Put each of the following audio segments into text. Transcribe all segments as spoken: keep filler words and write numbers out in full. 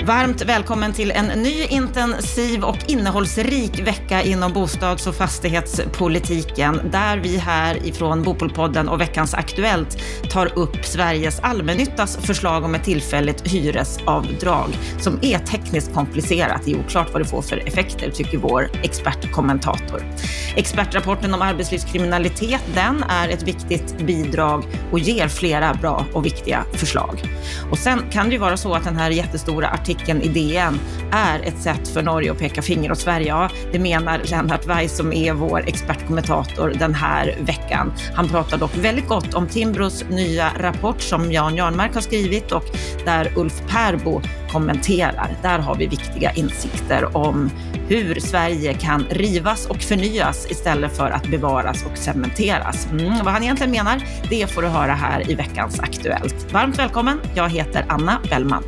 Varmt välkommen till en ny intensiv och innehållsrik vecka inom bostads- och fastighetspolitiken, där vi här ifrån Bopolpodden och Veckans Aktuellt tar upp Sveriges allmännyttas förslag om ett tillfälligt hyresavdrag som är tekniskt komplicerat. Det är oklart vad det får för effekter, tycker vår expertkommentator. Expertrapporten om arbetslivskriminalitet, den är ett viktigt bidrag och ger flera bra och viktiga förslag. Och sen kan det ju vara så att den här jättestora artikeln i D N är ett sätt för Norge att peka finger åt Sverige. Ja, det menar Lennart Weiss som är vår expertkommentator den här veckan. Han pratar dock väldigt gott om Timbros nya rapport som Jan Jarnmark har skrivit och där Ulf Perbo kommenterar. Där har vi viktiga insikter om hur Sverige kan rivas och förnyas istället för att bevaras och cementeras. Mm, vad han egentligen menar, det får du höra här i Veckans Aktuellt. Varmt välkommen, jag heter Anna Bellman.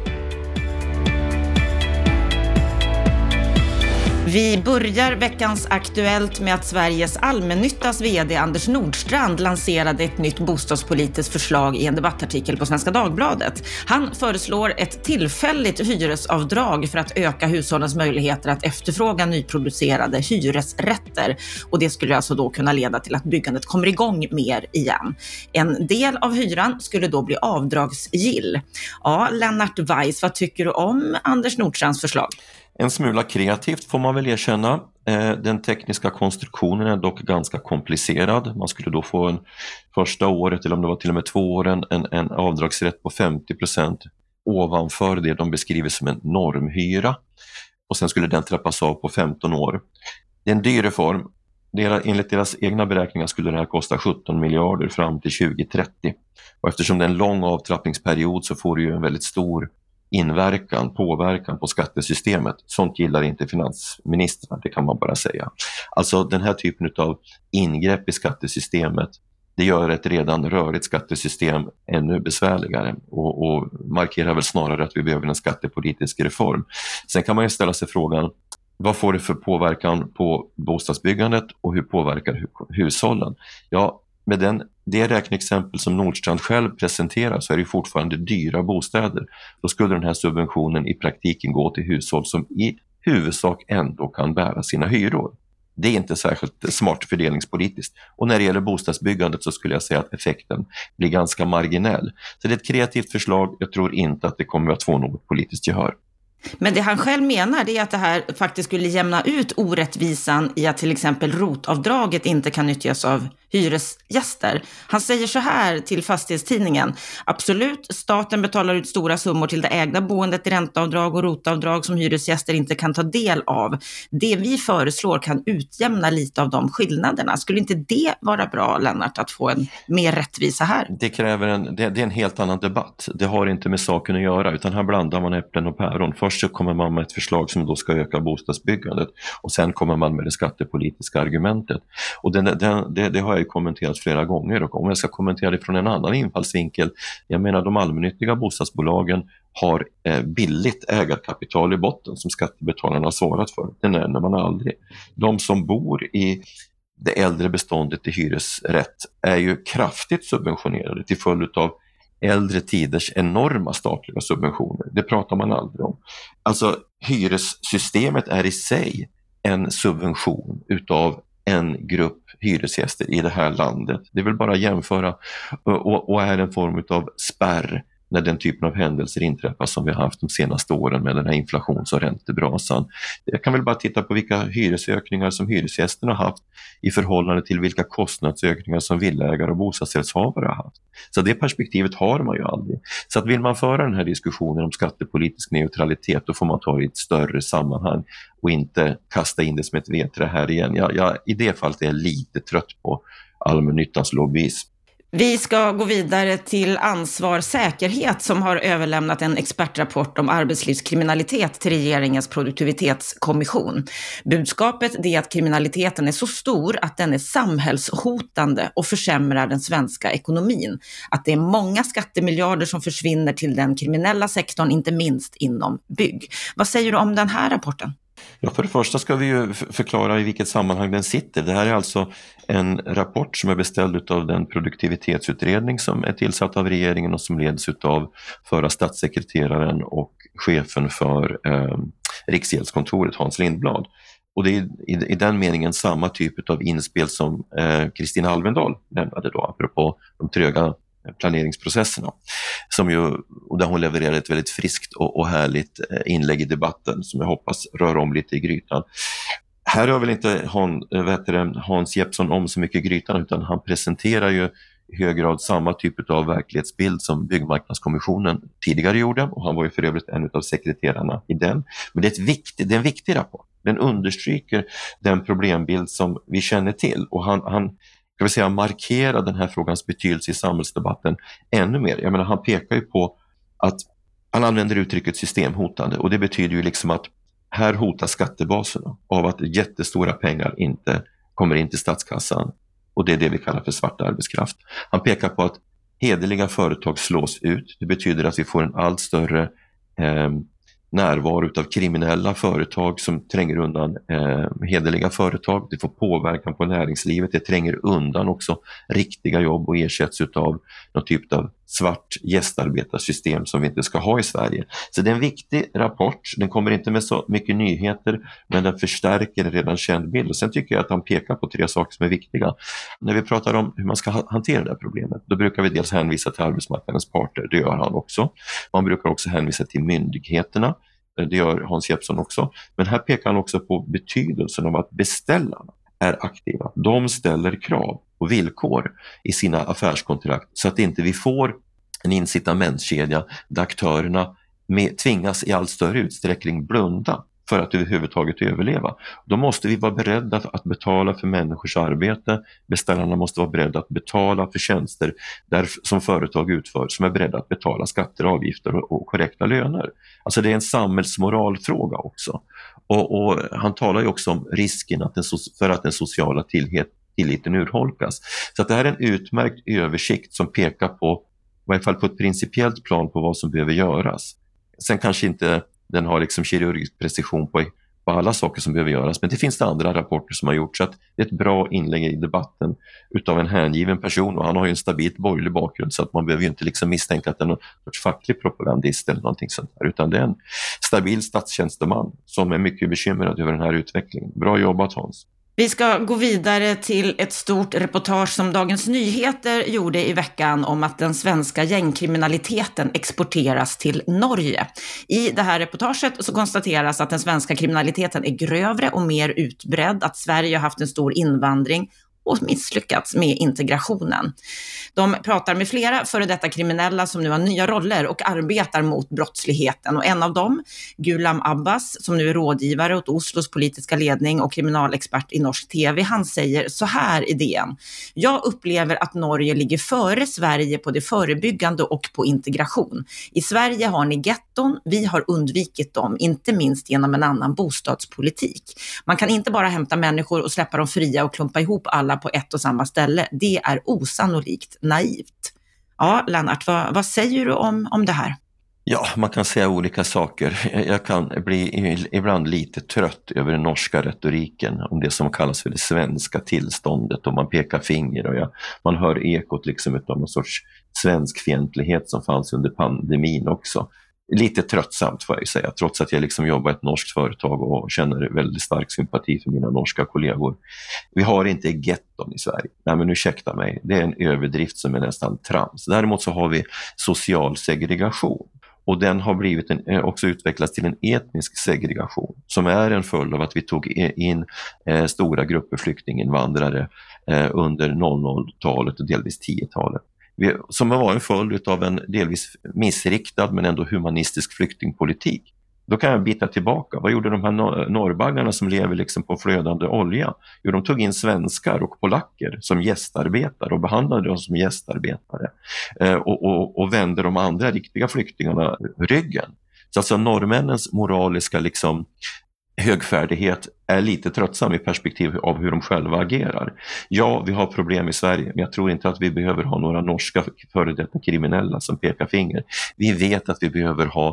Vi börjar Veckans Aktuellt med att Sveriges allmännyttas vd Anders Nordstrand lanserade ett nytt bostadspolitiskt förslag i en debattartikel på Svenska Dagbladet. Han föreslår ett tillfälligt hyresavdrag för att öka hushållens möjligheter att efterfråga nyproducerade hyresrätter. Och det skulle alltså då kunna leda till att byggandet kommer igång mer igen. En del av hyran skulle då bli avdragsgill. Ja, Lennart Weiss, vad tycker du om Anders Nordstrands förslag? En smula kreativt får man väl erkänna. Den tekniska konstruktionen är dock ganska komplicerad. Man skulle då få en första året, eller om det var till och med två åren, en, en avdragsrätt på femtio procent ovanför det de beskriver som en normhyra. Och sen skulle den trappas av på femton år. Det är en dyr reform. Enligt deras egna beräkningar skulle det här kosta sjutton miljarder fram till tjugo trettio. Och eftersom det är en lång avtrappningsperiod så får det ju en väldigt stor inverkan, påverkan på skattesystemet. Sånt gillar inte finansministern, det kan man bara säga. Alltså den här typen av ingrepp i skattesystemet, det gör ett redan rörigt skattesystem ännu besvärligare och, och markerar väl snarare att vi behöver en skattepolitisk reform. Sen kan man ju ställa sig frågan, vad får det för påverkan på bostadsbyggandet och hur påverkar hushållen? Ja, med den, det räkneexempel som Nordstrand själv presenterar så är det fortfarande dyra bostäder. Då skulle den här subventionen i praktiken gå till hushåll som i huvudsak ändå kan bära sina hyror. Det är inte särskilt smart fördelningspolitiskt. Och när det gäller bostadsbyggandet så skulle jag säga att effekten blir ganska marginell. Så det är ett kreativt förslag. Jag tror inte att det kommer att få något politiskt gehör. Men det han själv menar det är att det här faktiskt skulle jämna ut orättvisan i att till exempel rotavdraget inte kan nyttjas av hyresgäster. Han säger så här till Fastighetstidningen: absolut, staten betalar ut stora summor till det ägda boendet i ränteavdrag och rotavdrag som hyresgäster inte kan ta del av. Det vi föreslår kan utjämna lite av de skillnaderna. Skulle inte det vara bra, Lennart, att få en mer rättvisa här? Det kräver en, det, det är en helt annan debatt. Det har inte med saken att göra, utan här blandar man äpplen och päron. Först så kommer man med ett förslag som då ska öka bostadsbyggandet och sen kommer man med det skattepolitiska argumentet. Och den, den, det, det har jag ju kommenterat flera gånger, och om jag ska kommentera det från en annan infallsvinkel, jag menar de allmännyttiga bostadsbolagen har eh, billigt ägarkapital i botten som skattebetalarna har svarat för. Det nämner man aldrig. De som bor i det äldre beståndet i hyresrätt är ju kraftigt subventionerade till följd av äldre tiders enorma statliga subventioner. Det pratar man aldrig om. Alltså hyressystemet är i sig en subvention utav en grupp hyresgäster i det här landet. Det vill bara jämföra och, och är en form av spärr när den typen av händelser inträffar som vi har haft de senaste åren med den här inflations- och räntebrasan. Jag kan väl bara titta på vilka hyresökningar som hyresgästerna har haft i förhållande till vilka kostnadsökningar som villaägare och bostadsrättshavare har haft. Så det perspektivet har man ju aldrig. Så att vill man föra den här diskussionen om skattepolitisk neutralitet, då får man ta det i ett större sammanhang och inte kasta in det som ett vetre här igen. Jag, jag, I det fallet är jag lite trött på allmännyttans lobbyism. Vi ska gå vidare till Ansvar säkerhet som har överlämnat en expertrapport om arbetslivskriminalitet till regeringens produktivitetskommission. Budskapet är att kriminaliteten är så stor att den är samhällshotande och försämrar den svenska ekonomin. Att det är många skattemiljarder som försvinner till den kriminella sektorn, inte minst inom bygg. Vad säger du om den här rapporten? Ja, för det första ska vi ju förklara i vilket sammanhang den sitter. Det här är alltså en rapport som är beställd av den produktivitetsutredning som är tillsatt av regeringen och som leds av förra statssekreteraren och chefen för eh, Riksgäldskontoret, Hans Lindblad. Och det är i, i den meningen samma typ av inspel som Kristina eh, Alvendal lämnade då, apropå de tröga planeringsprocesserna. Som ju, och där hon levererade ett väldigt friskt och, och härligt inlägg i debatten som jag hoppas rör om lite i grytan. Här har väl inte Han, vet det, Hans Jeppsson om så mycket grytan, utan han presenterar ju i hög grad samma typ av verklighetsbild som Byggmarknadskommissionen tidigare gjorde, och han var ju för övrigt en av sekreterarna i den. Men det är, ett viktigt, det är en viktig rapport. Den understryker den problembild som vi känner till, och han, han kan vi säga, markerar den här frågans betydelse i samhällsdebatten ännu mer. Jag menar, han pekar ju på att han använder uttrycket systemhotande, och det betyder ju liksom att här hotas skattebaserna av att jättestora pengar inte kommer in till statskassan, och det är det vi kallar för svart arbetskraft. Han pekar på att hederliga företag slås ut. Det betyder att vi får en allt större eh, närvaro av kriminella företag som tränger undan eh, hederliga företag. Det får påverkan på näringslivet. Det tränger undan också riktiga jobb och ersätts av någon typ av svart gästarbetarsystem som vi inte ska ha i Sverige. Så det är en viktig rapport. Den kommer inte med så mycket nyheter, men den förstärker en redan känd bild. Och sen tycker jag att han pekar på tre saker som är viktiga. När vi pratar om hur man ska hantera det här problemet, då brukar vi dels hänvisa till arbetsmarknadens parter. Det gör han också. Man brukar också hänvisa till myndigheterna. Det gör Hans Jeppsson också. Men här pekar han också på betydelsen av att beställarna är aktiva. De ställer krav och villkor i sina affärskontrakt så att inte vi får en incitamentskedja där aktörerna med, tvingas i allt större utsträckning blunda för att överhuvudtaget överleva. Då måste vi vara beredda att betala för människors arbete. Beställarna måste vara beredda att betala för tjänster där, som företag utför, som är beredda att betala skatter, avgifter och, och korrekta löner. Alltså det är en samhällsmoralfråga också. Och, och han talar ju också om risken att den, för att den sociala tillhet, tilliten urholkas. Så att det här är en utmärkt översikt som pekar på, i varje fall på ett principiellt plan, på vad som behöver göras. Sen kanske inte den har liksom kirurgisk precision på, på alla saker som behöver göras, men det finns det andra rapporter som har gjort, så att det är ett bra inlägg i debatten utav en hängiven person, och han har ju en stabilt borgerlig bakgrund, så att man behöver ju inte liksom misstänka att det är någon sorts facklig propagandist eller någonting sånt där, utan det är en stabil statstjänsteman som är mycket bekymrad över den här utvecklingen. Bra jobbat, Hans. Vi ska gå vidare till ett stort reportage som Dagens Nyheter gjorde i veckan om att den svenska gängkriminaliteten exporteras till Norge. I det här reportaget så konstateras att den svenska kriminaliteten är grövre och mer utbredd, att Sverige har haft en stor invandring och misslyckats med integrationen. De pratar med flera före detta kriminella som nu har nya roller och arbetar mot brottsligheten. Och en av dem, Gulam Abbas, som nu är rådgivare åt Oslos politiska ledning och kriminalexpert i norsk tv, han säger så här i D N: jag upplever att Norge ligger före Sverige på det förebyggande och på integration. I Sverige har ni getton, vi har undvikit dem, inte minst genom en annan bostadspolitik. Man kan inte bara hämta människor och släppa dem fria och klumpa ihop alla på ett och samma ställe. Det är osannolikt naivt. Ja, Lennart, vad, vad säger du om, om det här? Ja, man kan säga olika saker. Jag kan bli ibland lite trött över den norska retoriken om det som kallas för det svenska tillståndet, och man pekar finger och ja, man hör ekot liksom av någon sorts svensk fientlighet som fanns under pandemin också. Lite tröttsamt får jag säga, trots att jag liksom jobbar i ett norskt företag och känner väldigt stark sympati för mina norska kollegor. Vi har inte getton i Sverige. Nej, men ursäkta mig, det är en överdrift som är nästan trams. Däremot så har vi social segregation. Och den har blivit en, också utvecklats till en etnisk segregation som är en följd av att vi tog in eh, stora grupper flyktinginvandrare eh, under noll noll-talet och delvis tio-talet. Vi, som var en följd av en delvis missriktad men ändå humanistisk flyktingpolitik. Då kan jag bita tillbaka. Vad gjorde de här nor- norrbaggarna som lever liksom på flödande olja? Jo, de tog in svenskar och polacker som gästarbetare och behandlade dem som gästarbetare. Eh, och, och, och vände de andra riktiga flyktingarna ryggen. Så alltså norrmännens moraliska liksom högfärdighet är lite tröttsam i perspektiv av hur de själva agerar. Ja, vi har problem i Sverige, men jag tror inte att vi behöver ha några norska före detta kriminella som pekar finger. Vi vet att vi behöver ha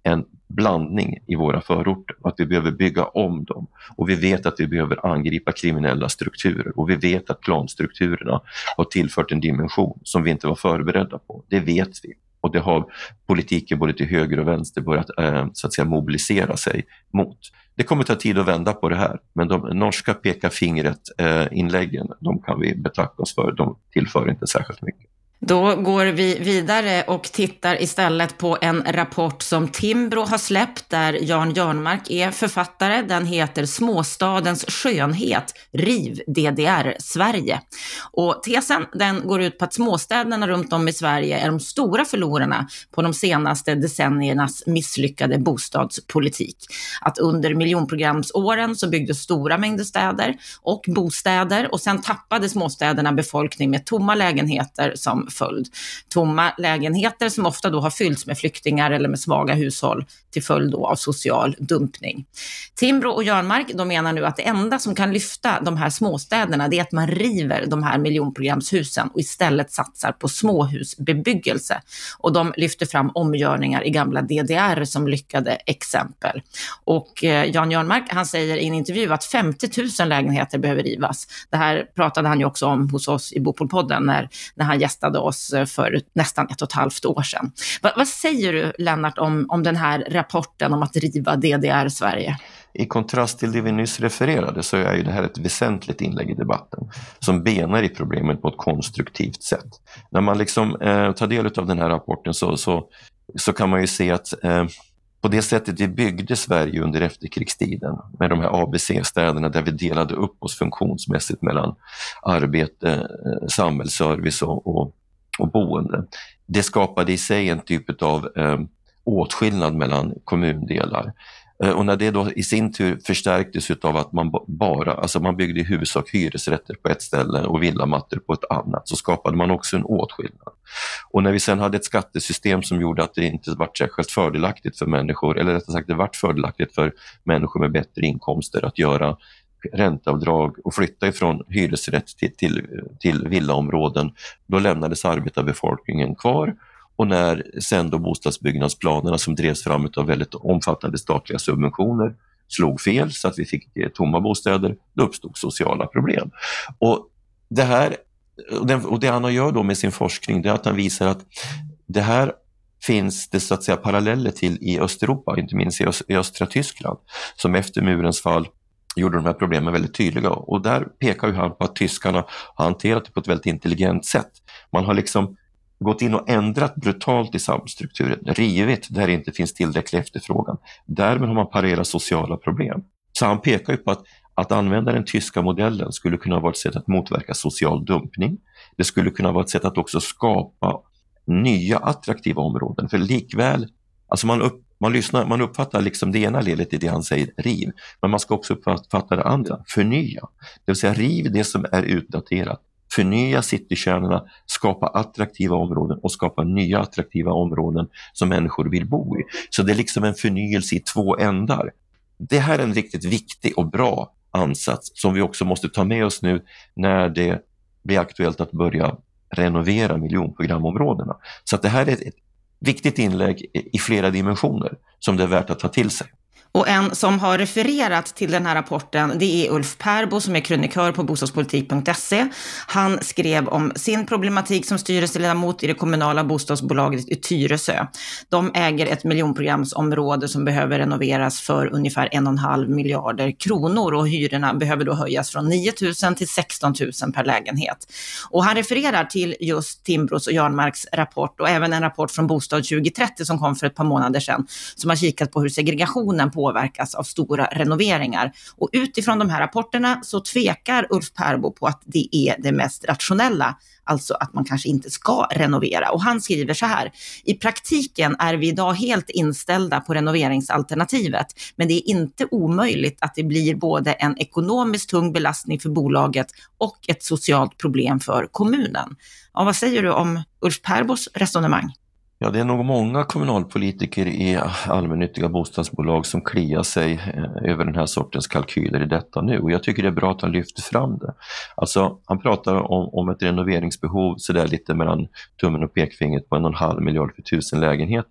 en blandning i våra förorter, att vi behöver bygga om dem, och vi vet att vi behöver angripa kriminella strukturer, och vi vet att klanstrukturerna har tillfört en dimension som vi inte var förberedda på. Det vet vi, och det har politiken både till höger och vänster börjat eh, så att säga mobilisera sig mot. Det kommer ta tid att vända på det här, men de norska peka fingret eh, inläggen, de kan vi betacka oss för, de tillför inte särskilt mycket. Då går vi vidare och tittar istället på en rapport som Timbro har släppt där Jan Jörnmark är författare. Den heter Småstadens skönhet, riv D D R-Sverige. Och tesen den går ut på att småstäderna runt om i Sverige är de stora förlorarna på de senaste decenniernas misslyckade bostadspolitik. Att under miljonprogramsåren så byggdes stora mängder städer och bostäder, och sen tappade småstäderna befolkning med tomma lägenheter som följd. Tomma lägenheter som ofta då har fyllts med flyktingar eller med svaga hushåll till följd då av social dumpning. Timbro och Jörnmark, de menar nu att det enda som kan lyfta de här småstäderna, det är att man river de här miljonprogramshusen och istället satsar på småhusbebyggelse. Och de lyfter fram omgörningar i gamla D D R som lyckade exempel. Och eh, Jan Jörnmark, han säger i en intervju att femtio tusen lägenheter behöver rivas. Det här pratade han ju också om hos oss i Bopolpodden när, när han gästade oss för nästan ett och ett halvt år sedan. Va, vad säger du, Lennart, om, om den här rapporten om att riva D D R-Sverige? I kontrast till det vi nyss refererade så är ju det här ett väsentligt inlägg i debatten som benar i problemet på ett konstruktivt sätt. När man liksom eh, tar del av den här rapporten så, så, så kan man ju se att eh, på det sättet vi byggde Sverige under efterkrigstiden med de här A B C-städerna där vi delade upp oss funktionsmässigt mellan arbete, eh, samhällsservice och, och, och boende. Det skapade i sig en typ av eh, åtskillnad mellan kommundelar. Och när det då i sin tur förstärktes av att man bara, alltså man byggde i huvudsak hyresrätter på ett ställe och villamattor på ett annat, så skapade man också en åtskillnad. Och när vi sen hade ett skattesystem som gjorde att det inte var särskilt fördelaktigt för människor, eller rättare sagt det var fördelaktigt för människor med bättre inkomster att göra ränteavdrag och flytta ifrån hyresrätt till, till, till villaområden, då lämnades arbetarbefolkningen kvar. Och när sen då bostadsbyggnadsplanerna som drevs fram av väldigt omfattande statliga subventioner slog fel så att vi fick tomma bostäder, då uppstod sociala problem. Och det här, och det han gör då med sin forskning, det är att han visar att det här finns det så att säga paralleller till i Östeuropa, inte minst i, Öst, i östra Tyskland, som efter murens fall gjorde de här problemen väldigt tydliga. Och där pekar ju han på att tyskarna har hanterat det på ett väldigt intelligent sätt. Man har liksom gått in och ändrat brutalt i samhällsstrukturen, rivit där det inte finns tillräcklig efterfrågan. Därmed har man parerat sociala problem. Så han pekar ju på att, att använda den tyska modellen skulle kunna vara ett sätt att motverka social dumpning. Det skulle kunna vara ett sätt att också skapa nya attraktiva områden. För likväl, alltså man, upp, man, lyssnar, man uppfattar liksom det ena ledet i det han säger, riv. Men man ska också uppfatta det andra, förnya. Det vill säga riv det som är utdaterat. Förnya citykärnorna, skapa attraktiva områden och skapa nya attraktiva områden som människor vill bo i. Så det är liksom en förnyelse i två ändar. Det här är en riktigt viktig och bra ansats som vi också måste ta med oss nu när det blir aktuellt att börja renovera miljonprogramområdena. Så att det här är ett viktigt inlägg i flera dimensioner som det är värt att ta till sig. Och en som har refererat till den här rapporten, det är Ulf Perbo som är krönikör på bostadspolitik punkt se. Han skrev om sin problematik som styrelseledamot i det kommunala bostadsbolaget i Tyresö. De äger ett miljonprogramsområde som behöver renoveras för ungefär en och en halv miljarder kronor och hyrorna behöver då höjas från nio tusen till sexton tusen per lägenhet. Och han refererar till just Timbros och Jörnmarks rapport och även en rapport från Bostad tjugo trettio som kom för ett par månader sedan som har kikat på hur segregationen på påverkas av stora renoveringar. Och utifrån de här rapporterna så tvekar Ulf Perbo på att det är det mest rationella, alltså att man kanske inte ska renovera. Och han skriver så här: i praktiken är vi idag helt inställda på renoveringsalternativet, men det är inte omöjligt att det blir både en ekonomiskt tung belastning för bolaget och ett socialt problem för kommunen. Ja, vad säger du om Ulf Perbos resonemang? Ja, det är nog många kommunalpolitiker i allmännyttiga bostadsbolag som kliar sig över den här sortens kalkyler i detta nu. Och jag tycker det är bra att han lyfter fram det. Alltså, han pratar om, om ett renoveringsbehov så där lite mellan tummen och pekfingret på en och en halv miljard för tusen lägenheter.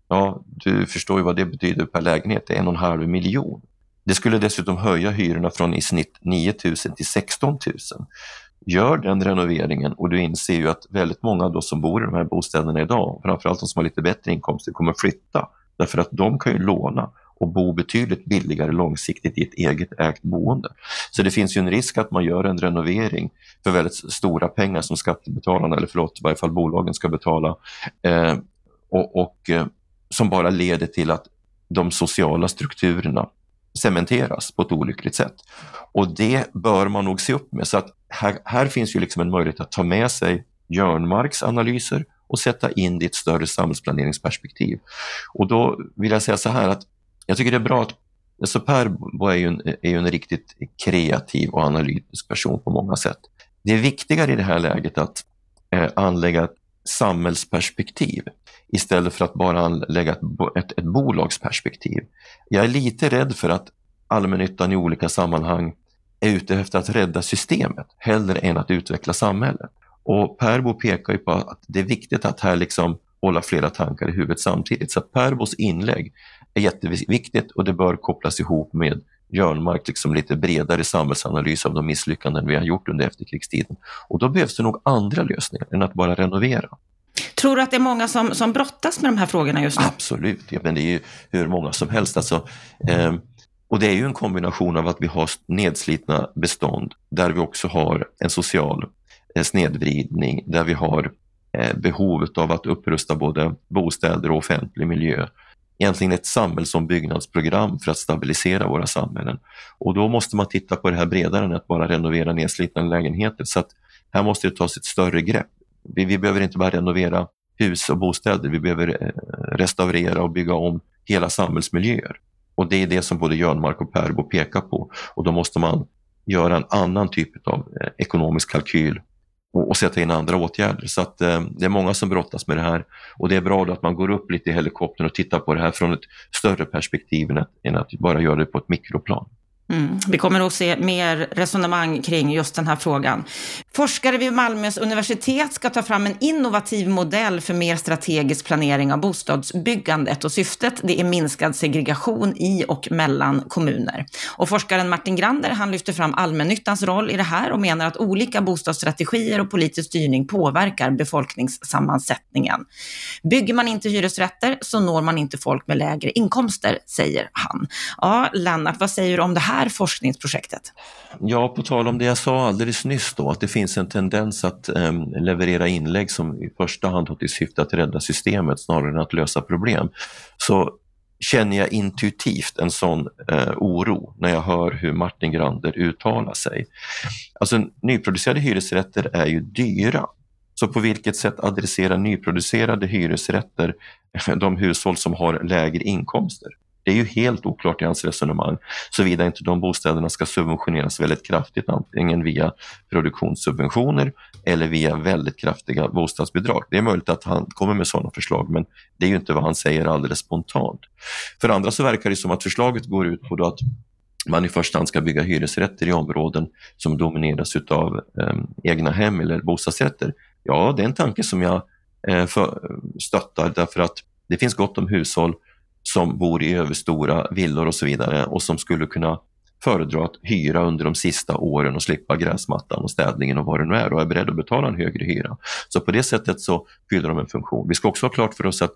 Ja, du förstår ju vad det betyder per lägenhet, det är en och en halv miljon. Det skulle dessutom höja hyrorna från i snitt nio tusen till sexton tusen. Gör den renoveringen och du inser ju att väldigt många då som bor i de här bostäderna idag, framförallt de som har lite bättre inkomster, kommer flytta. Därför att de kan ju låna och bo betydligt billigare långsiktigt i ett eget ägt boende. Så det finns ju en risk att man gör en renovering för väldigt stora pengar som skattebetalarna, eller förlåt, i varje fall bolagen ska betala. Eh, och, och eh, som bara leder till att de sociala strukturerna cementeras på ett olyckligt sätt. Och det bör man nog se upp med. Så att här, här finns ju liksom en möjlighet att ta med sig Jörnmarks analyser och sätta in det i ett större samhällsplaneringsperspektiv. Och då vill jag säga så här att jag tycker det är bra att alltså Perbo är ju, en, är ju en riktigt kreativ och analytisk person på många sätt. Det är viktigare i det här läget att eh, anlägga ett samhällsperspektiv istället för att bara anlägga ett, ett, ett bolagsperspektiv. Jag är lite rädd för att allmännyttan i olika sammanhang är ute efter att rädda systemet hellre än att utveckla samhället. Och Perbo pekar ju på att det är viktigt att här liksom hålla flera tankar i huvudet samtidigt. Så Perbos inlägg är jätteviktigt och det bör kopplas ihop med Jörnmark liksom lite bredare samhällsanalys av de misslyckanden vi har gjort under efterkrigstiden. Och då behövs det nog andra lösningar än att bara renovera. Tror du att det är många som, som brottas med de här frågorna just nu? Absolut, ja, men det är ju hur många som helst. Alltså, eh, och det är ju en kombination av att vi har nedslitna bestånd där vi också har en social eh, snedvridning, där vi har eh, behovet av att upprusta både bostäder och offentlig miljö. Egentligen ett samhällsombyggnadsprogram för att stabilisera våra samhällen. Och då måste man titta på det här bredare än att bara renovera nedslitna lägenheter. Så att här måste det tas ett större grepp. Vi, vi behöver inte bara renovera hus och bostäder, vi behöver eh, restaurera och bygga om hela samhällsmiljöer. Och det är det som både Jörnmark och Perbo pekar på. Och då måste man göra en annan typ av eh, ekonomisk kalkyl och, och sätta in andra åtgärder. Så att eh, det är många som brottas med det här. Och det är bra då att man går upp lite i helikoptern och tittar på det här från ett större perspektiv än att, än att bara göra det på ett mikroplan. Mm. Vi kommer att se mer resonemang kring just den här frågan. Forskare vid Malmös universitet ska ta fram en innovativ modell för mer strategisk planering av bostadsbyggandet och syftet det är minskad segregation i och mellan kommuner. Och forskaren Martin Grander han lyfter fram allmännyttans roll i det här och menar att olika bostadsstrategier och politisk styrning påverkar befolkningssammansättningen. Bygger man inte hyresrätter så når man inte folk med lägre inkomster, säger han. Ja, Lennart, vad säger du om det här forskningsprojektet? Ja, på tal om det jag sa alldeles nyss då, att det finns en tendens att eh, leverera inlägg som i första hand har till syfte att rädda systemet snarare än att lösa problem. Så känner jag intuitivt en sån eh, oro när jag hör hur Martin Grander uttalar sig. Alltså nyproducerade hyresrätter är ju dyra. Så på vilket sätt adresserar nyproducerade hyresrätter de hushåll som har lägre inkomster? Det är ju helt oklart i hans resonemang, såvida inte de bostäderna ska subventioneras väldigt kraftigt, antingen via produktionssubventioner eller via väldigt kraftiga bostadsbidrag. Det är möjligt att han kommer med sådana förslag, men det är ju inte vad han säger alldeles spontant. För andra så verkar det som att förslaget går ut på att man i första hand ska bygga hyresrätter i områden som domineras av eh, egna hem eller bostadsrätter. Ja, det är en tanke som jag eh, för, stöttar därför att det finns gott om hushåll som bor i överstora villor och så vidare och som skulle kunna föredra att hyra under de sista åren och slippa gräsmattan och städningen och vad det nu är och är beredd att betala en högre hyra. Så på det sättet så fyller de en funktion. Vi ska också ha klart för oss att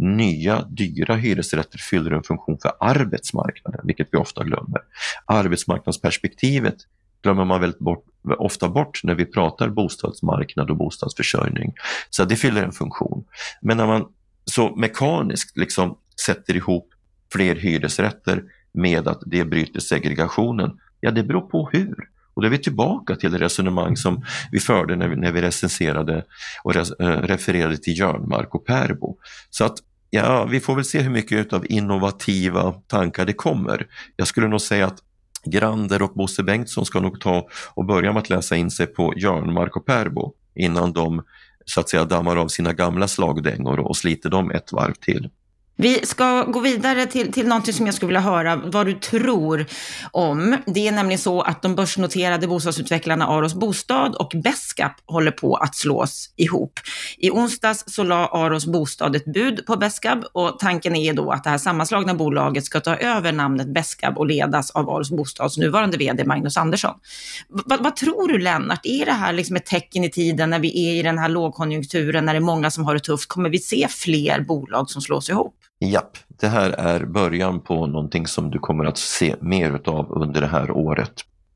nya dyra hyresrätter fyller en funktion för arbetsmarknaden, vilket vi ofta glömmer. Arbetsmarknadsperspektivet glömmer man väldigt bort, ofta bort när vi pratar bostadsmarknad och bostadsförsörjning. Så det fyller en funktion. Men när man så mekaniskt liksom sätter ihop fler hyresrätter med att det bryter segregationen, ja det beror på hur. Och då är vi tillbaka till det resonemang som vi förde när vi, när vi recenserade och res, äh, refererade till Jörnmark och Perbo. Så att ja, vi får väl se hur mycket av innovativa tankar det kommer. Jag skulle nog säga att Grander och Bosse Bengtsson ska nog ta och börja med att läsa in sig på Jörnmark och Perbo innan de så att säga dammar av sina gamla slagdängor och sliter dem ett varv till. Vi ska gå vidare till, till någonting som jag skulle vilja höra vad du tror om. Det är nämligen så att de börsnoterade bostadsutvecklarna Aros Bostad och Beskab håller på att slås ihop. I onsdags så la Aros Bostad ett bud på Beskab och tanken är då att det här sammanslagna bolaget ska ta över namnet Beskab och ledas av Aros Bostads nuvarande vd Magnus Andersson. V- vad tror du, Lennart? Är det här liksom ett tecken i tiden när vi är i den här lågkonjunkturen, när det är många som har det tufft? Kommer vi se fler bolag som slås ihop? Japp, det här är början på någonting som du kommer att se mer av under det här året.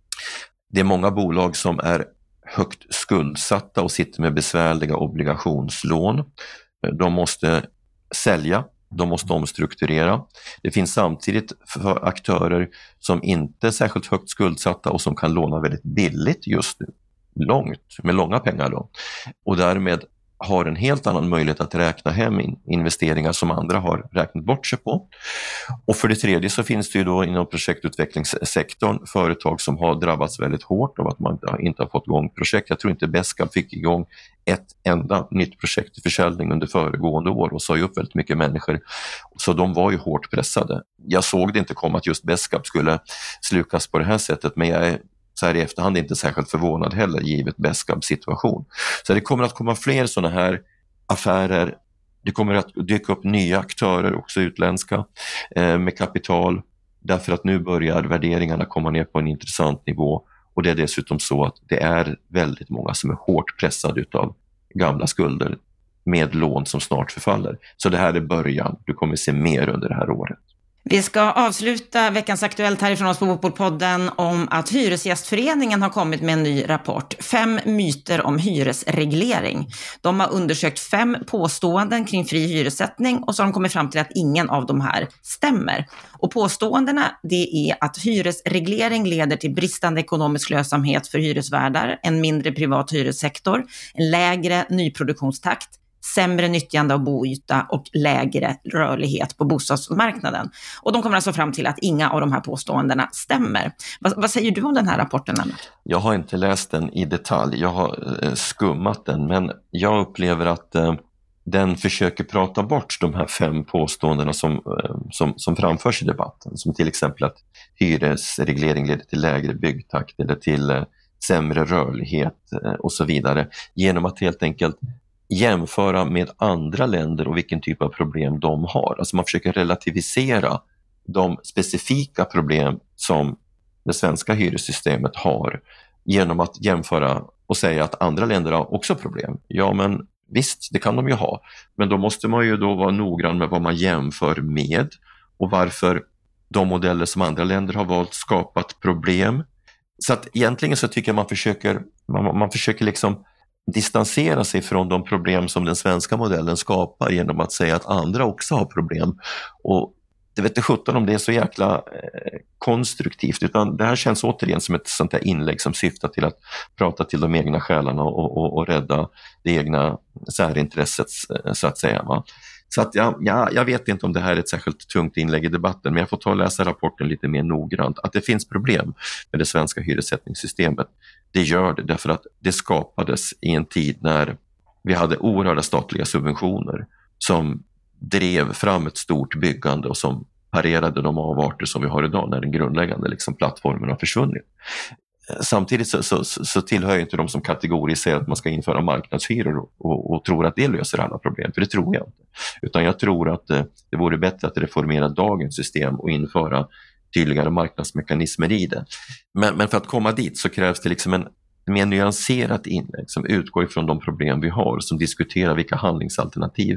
Det är många bolag som är högt skuldsatta och sitter med besvärliga obligationslån. De måste sälja, de måste omstrukturera. Det finns samtidigt för aktörer som inte är särskilt högt skuldsatta och som kan låna väldigt billigt just nu, långt, med långa pengar då. Och därmed har en helt annan möjlighet att räkna hem investeringar som andra har räknat bort sig på. Och för det tredje så finns det ju då inom projektutvecklingssektorn företag som har drabbats väldigt hårt av att man inte har fått igång projekt. Jag tror inte Beskab fick igång ett enda nytt projekt i försäljning under föregående år och sa ju upp väldigt mycket människor. Så de var ju hårt pressade. Jag såg det inte komma att just Beskab skulle slukas på det här sättet, men jag är så här i efterhand inte särskilt förvånad heller givet Beskabs situation. Så det kommer att komma fler sådana här affärer. Det kommer att dyka upp nya aktörer, också utländska, eh, med kapital. Därför att nu börjar värderingarna komma ner på en intressant nivå. Och det är dessutom så att det är väldigt många som är hårt pressade utav gamla skulder med lån som snart förfaller. Så det här är början. Du kommer se mer under det här året. Vi ska avsluta veckans Aktuellt härifrån oss på Bopolpodden om att Hyresgästföreningen har kommit med en ny rapport. Fem myter om hyresreglering. De har undersökt fem påståenden kring fri hyressättning och så har de kommit fram till att ingen av de här stämmer. Och påståendena, det är att hyresreglering leder till bristande ekonomisk lönsamhet för hyresvärdar, en mindre privat hyressektor, en lägre nyproduktionstakt, sämre nyttjande av boyta och lägre rörlighet på bostadsmarknaden. Och de kommer alltså fram till att inga av de här påståendena stämmer. Vad, vad säger du om den här rapporten, Anna? Jag har inte läst den i detalj, jag har eh, skummat den, men jag upplever att eh, den försöker prata bort de här fem påståendena som, eh, som, som framförs i debatten. Som till exempel att hyresreglering leder till lägre byggtakt eller till eh, sämre rörlighet eh, och så vidare. Genom att helt enkelt jämföra med andra länder och vilken typ av problem de har. Alltså man försöker relativisera de specifika problem som det svenska hyressystemet har genom att jämföra och säga att andra länder har också problem. Ja, men visst, det kan de ju ha. Men då måste man ju då vara noggrann med vad man jämför med och varför de modeller som andra länder har valt skapat problem. Så att egentligen så tycker jag man försöker, man, man försöker liksom distansera sig från de problem som den svenska modellen skapar genom att säga att andra också har problem. Och det vet inte sjutton om det är så jäkla eh, konstruktivt, utan det här känns återigen som ett sånt här inlägg som syftar till att prata till de egna själarna och, och, och rädda det egna särintresset, så att säga. Va? Så att jag, jag, jag vet inte om det här är ett särskilt tungt inlägg i debatten, men jag får ta och läsa rapporten lite mer noggrant. Att det finns problem med det svenska hyressättningssystemet, det gör det därför att det skapades i en tid när vi hade oerhörda statliga subventioner som drev fram ett stort byggande och som parerade de avarter som vi har idag när den grundläggande liksom, plattformen har försvunnit. Samtidigt så, så, så tillhör inte de som kategoriserar att man ska införa marknadshyror och, och, och tror att det löser alla problem, för det tror jag inte. Utan jag tror att det, det vore bättre att reformera dagens system och införa tydligare marknadsmekanismer i det. Men, men för att komma dit så krävs det liksom en mer nyanserat inlägg som utgår ifrån de problem vi har, som diskuterar vilka handlingsalternativ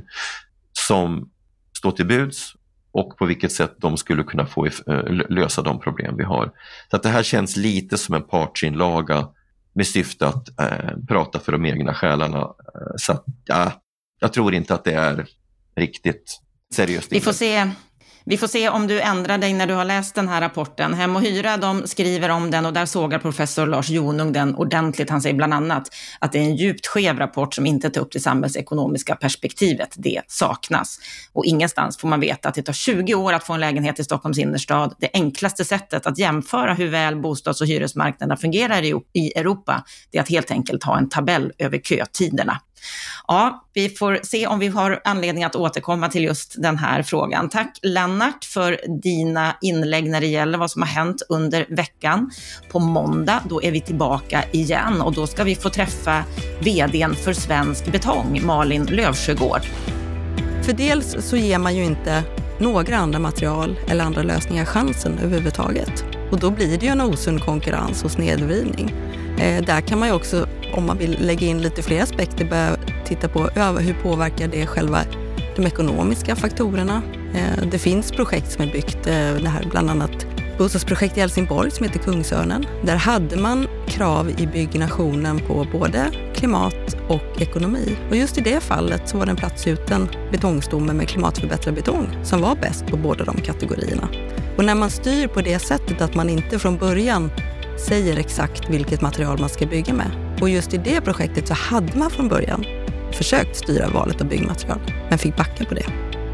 som står till buds och på vilket sätt de skulle kunna få lösa de problem vi har. Så att det här känns lite som en partsinlaga med syfte att eh, prata för de egna själarna. Så att, ja, jag tror inte att det är riktigt seriöst. Vi får se. Vi får se om du ändrar dig när du har läst den här rapporten. Hem och hyra, de skriver om den och där sågar professor Lars Jonung den ordentligt. Han säger bland annat att det är en djupt skev rapport som inte tar upp det samhällsekonomiska perspektivet. Det saknas. Och ingenstans får man veta att det tar tjugo år att få en lägenhet i Stockholms innerstad. Det enklaste sättet att jämföra hur väl bostads- och hyresmarknaderna fungerar i Europa, det är att helt enkelt ha en tabell över kötiderna. Ja, vi får se om vi har anledning att återkomma till just den här frågan. Tack Lennart för dina inlägg när det gäller vad som har hänt under veckan. På måndag då är vi tillbaka igen och då ska vi få träffa vdn för Svensk Betong, Malin Löfsjögård. För dels så ger man ju inte några andra material eller andra lösningar chansen överhuvudtaget. Och då blir det ju en osund konkurrens och snedvridning. Eh, där kan man ju också, om man vill lägga in lite fler aspekter, börja titta på över hur påverkar det själva de ekonomiska faktorerna. Eh, det finns projekt som är byggt, eh, det här bland annat bostadsprojekt i Helsingborg som heter Kungsörnen. Där hade man krav i byggnationen på både klimat och ekonomi. Och just i det fallet så var det en platsgjuten betongstomme med klimatförbättrad betong som var bäst på båda de kategorierna. Och när man styr på det sättet att man inte från början säger exakt vilket material man ska bygga med. Och just i det projektet så hade man från början försökt styra valet av byggmaterial, men fick backa på det.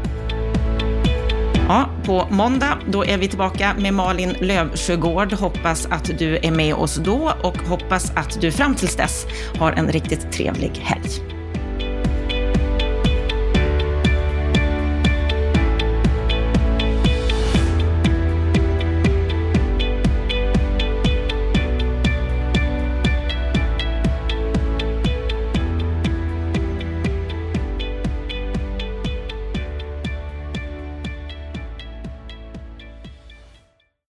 Ja, på måndag då är vi tillbaka med Malin Löfsjögård. Hoppas att du är med oss då och hoppas att du fram tills dess har en riktigt trevlig helg.